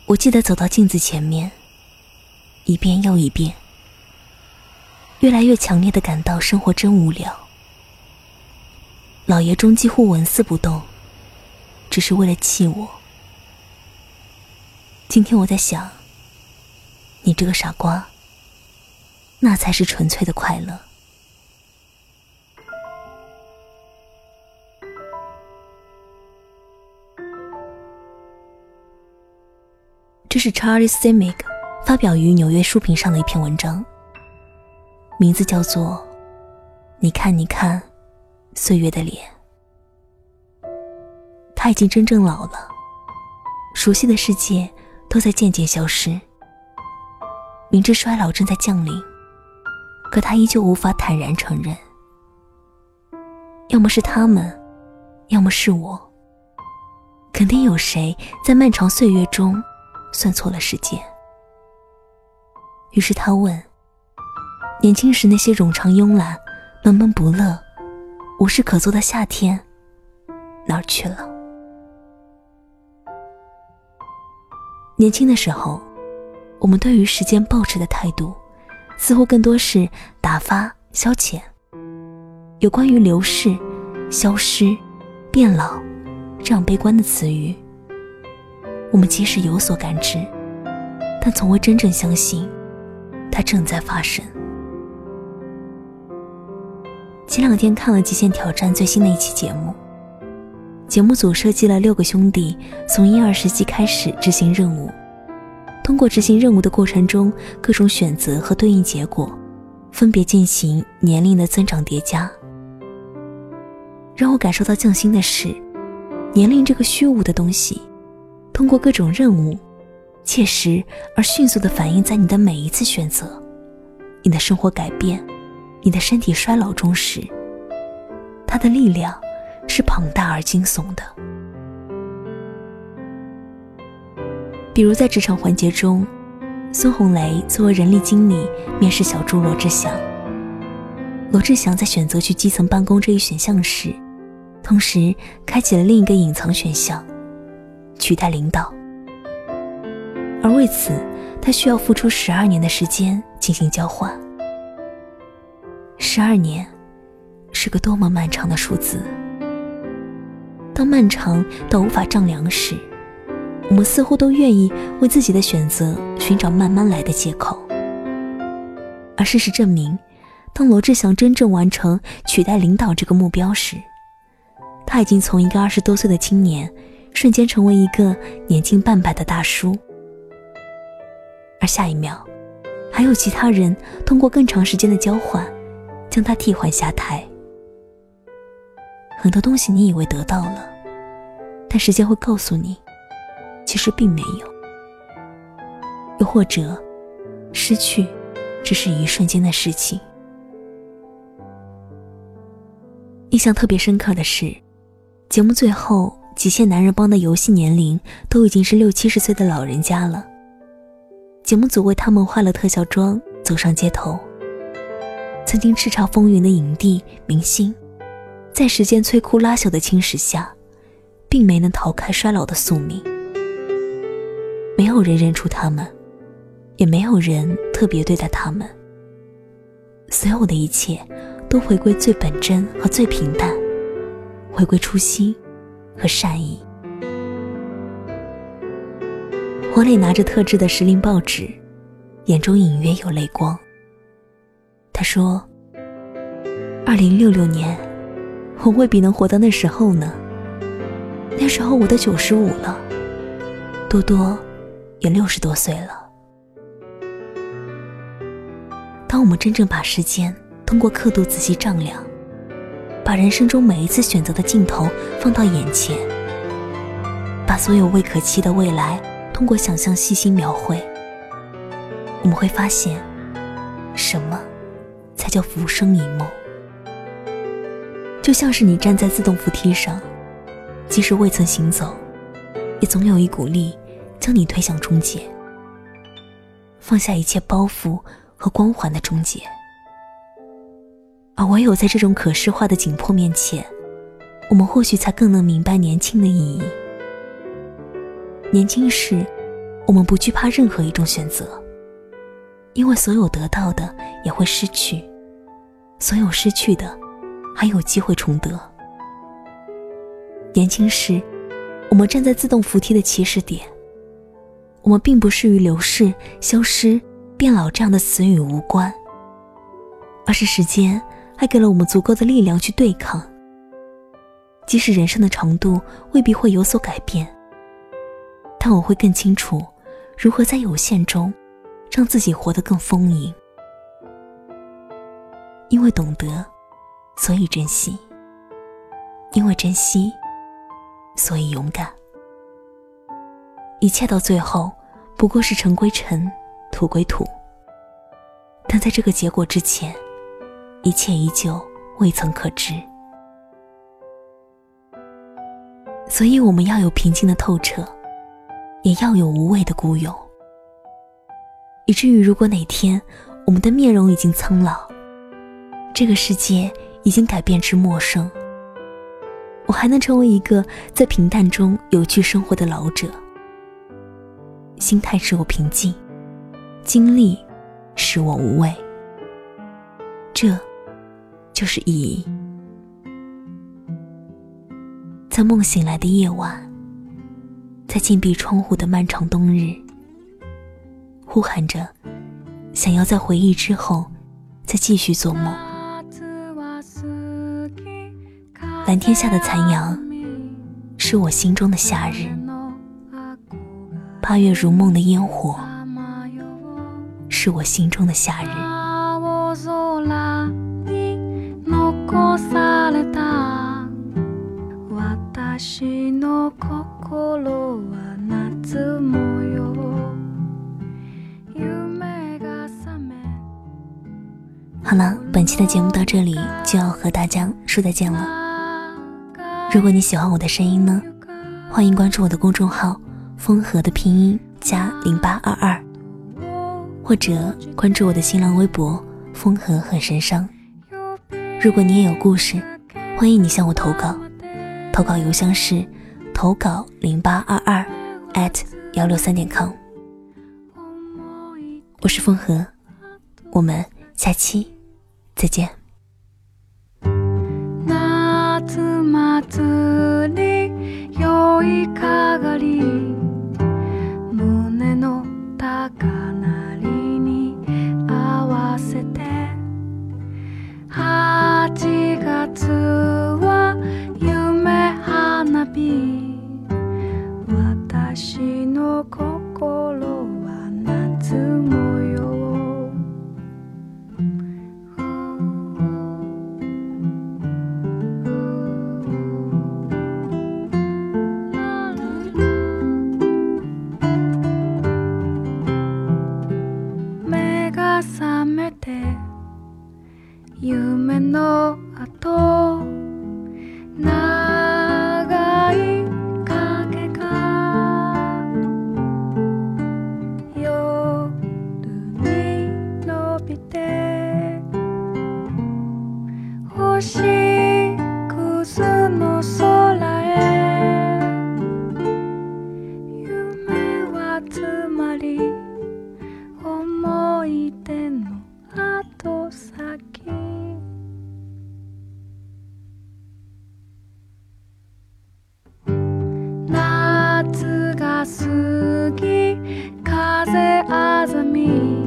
我记得走到镜子前面，一遍又一遍，越来越强烈地感到生活真无聊。老爷钟几乎纹丝不动，只是为了气我。今天我在想，你这个傻瓜，那才是纯粹的快乐。这是 Charlie Simic 发表于纽约书评上的一篇文章，名字叫做你看你看岁月的脸。他已经真正老了，熟悉的世界都在渐渐消失，明知衰老正在降临，可他依旧无法坦然承认。要么是他们，要么是我，肯定有谁在漫长岁月中算错了时间。于是他问，年轻时那些冗长慵懒、闷闷不乐、无事可做的夏天哪儿去了？年轻的时候，我们对于时间抱持的态度似乎更多是打发、消遣。有关于流逝、消失、变老这样悲观的词语，我们即使有所感知，但从未真正相信它正在发生。前2天看了《极限挑战》最新的一期节目，节目组设计了6个兄弟从12世纪开始执行任务，通过执行任务的过程中各种选择和对应结果，分别进行年龄的增长叠加。让我感受到匠心的是，年龄这个虚无的东西通过各种任务切实而迅速地反映在你的每一次选择、你的生活改变、你的身体衰老中时，它的力量是庞大而惊悚的。比如在职场环节中，孙红雷作为人力经理面试小猪罗志祥。罗志祥在选择去基层办公这一选项时，同时开启了另一个隐藏选项，取代领导。而为此，他需要付出12年的时间进行交换。12年是个多么漫长的数字。当漫长到无法丈量时，我们似乎都愿意为自己的选择寻找慢慢来的借口。而事实证明，当罗志祥真正完成取代领导这个目标时，他已经从一个20多岁的青年瞬间成为一个年近半百的大叔。而下一秒，还有其他人通过更长时间的交换将他替换下台。很多东西你以为得到了，但时间会告诉你，其实并没有。又或者，失去只是一瞬间的事情。印象特别深刻的是，节目最后极限男人帮的游戏年龄都已经是60-70岁的老人家了。节目组为他们化了特效妆，走上街头。曾经叱咤风云的影帝明星，在时间摧枯拉朽的侵蚀下，并没能逃开衰老的宿命。没有人认出他们，也没有人特别对待他们。所有的一切都回归最本真和最平淡，回归初心和善意。黄磊拿着特制的时令报纸，眼中隐约有泪光。他说，2066年我未必能活到那时候呢，那时候我都95了，多多也60多岁了。当我们真正把时间通过刻度仔细丈量，把人生中每一次选择的镜头放到眼前，把所有未可期的未来通过想象细心描绘，我们会发现，什么才叫浮生一梦。就像是你站在自动扶梯上，即使未曾行走，也总有一股力将你推向终结，放下一切包袱和光环的终结。而唯有在这种可视化的紧迫面前，我们或许才更能明白年轻的意义。年轻时， 我们不惧怕任何一种选择，因为所有得到的也会失去，所有失去的还有机会重得。年轻时，我们站在自动扶梯的起始点，我们并不是与流逝、消失、变老这样的词语无关，而是时间还给了我们足够的力量去对抗。即使人生的长度未必会有所改变，但我会更清楚如何在有限中让自己活得更丰盈。因为懂得，所以珍惜；因为珍惜，所以勇敢。一切到最后不过是尘归尘，土归土，但在这个结果之前，一切依旧未曾可知。所以我们要有平静的透彻，也要有无畏的孤勇，以至于如果哪天我们的面容已经苍老，这个世界已经改变至陌生，我还能成为一个在平淡中有趣生活的老者，心态使我平静，经历使我无畏，这就是意义。在梦醒来的夜晚，在紧闭窗户的漫长冬日，呼喊着想要在回忆之后再继续做梦。蓝天下的残阳是我心中的夏日，8月如梦的烟火是我心中的夏日。好了，本期的节目到这里就要和大家说再见了。如果你喜欢我的声音呢，欢迎关注我的公众号风和的拼音加0822，或者关注我的新浪微博风和很神伤。如果你也有故事，欢迎你向我投稿，投稿邮箱是投稿0822@163.com。我是风和，我们下期再见。夏祭り酔いかがり胸の高鳴りに合わせて8月は夢花火私の心は夏模様覚めて夢の後長い影が夜に伸びて星屑の空へ夢はつまり思い出の後先夏が過ぎ風あざみ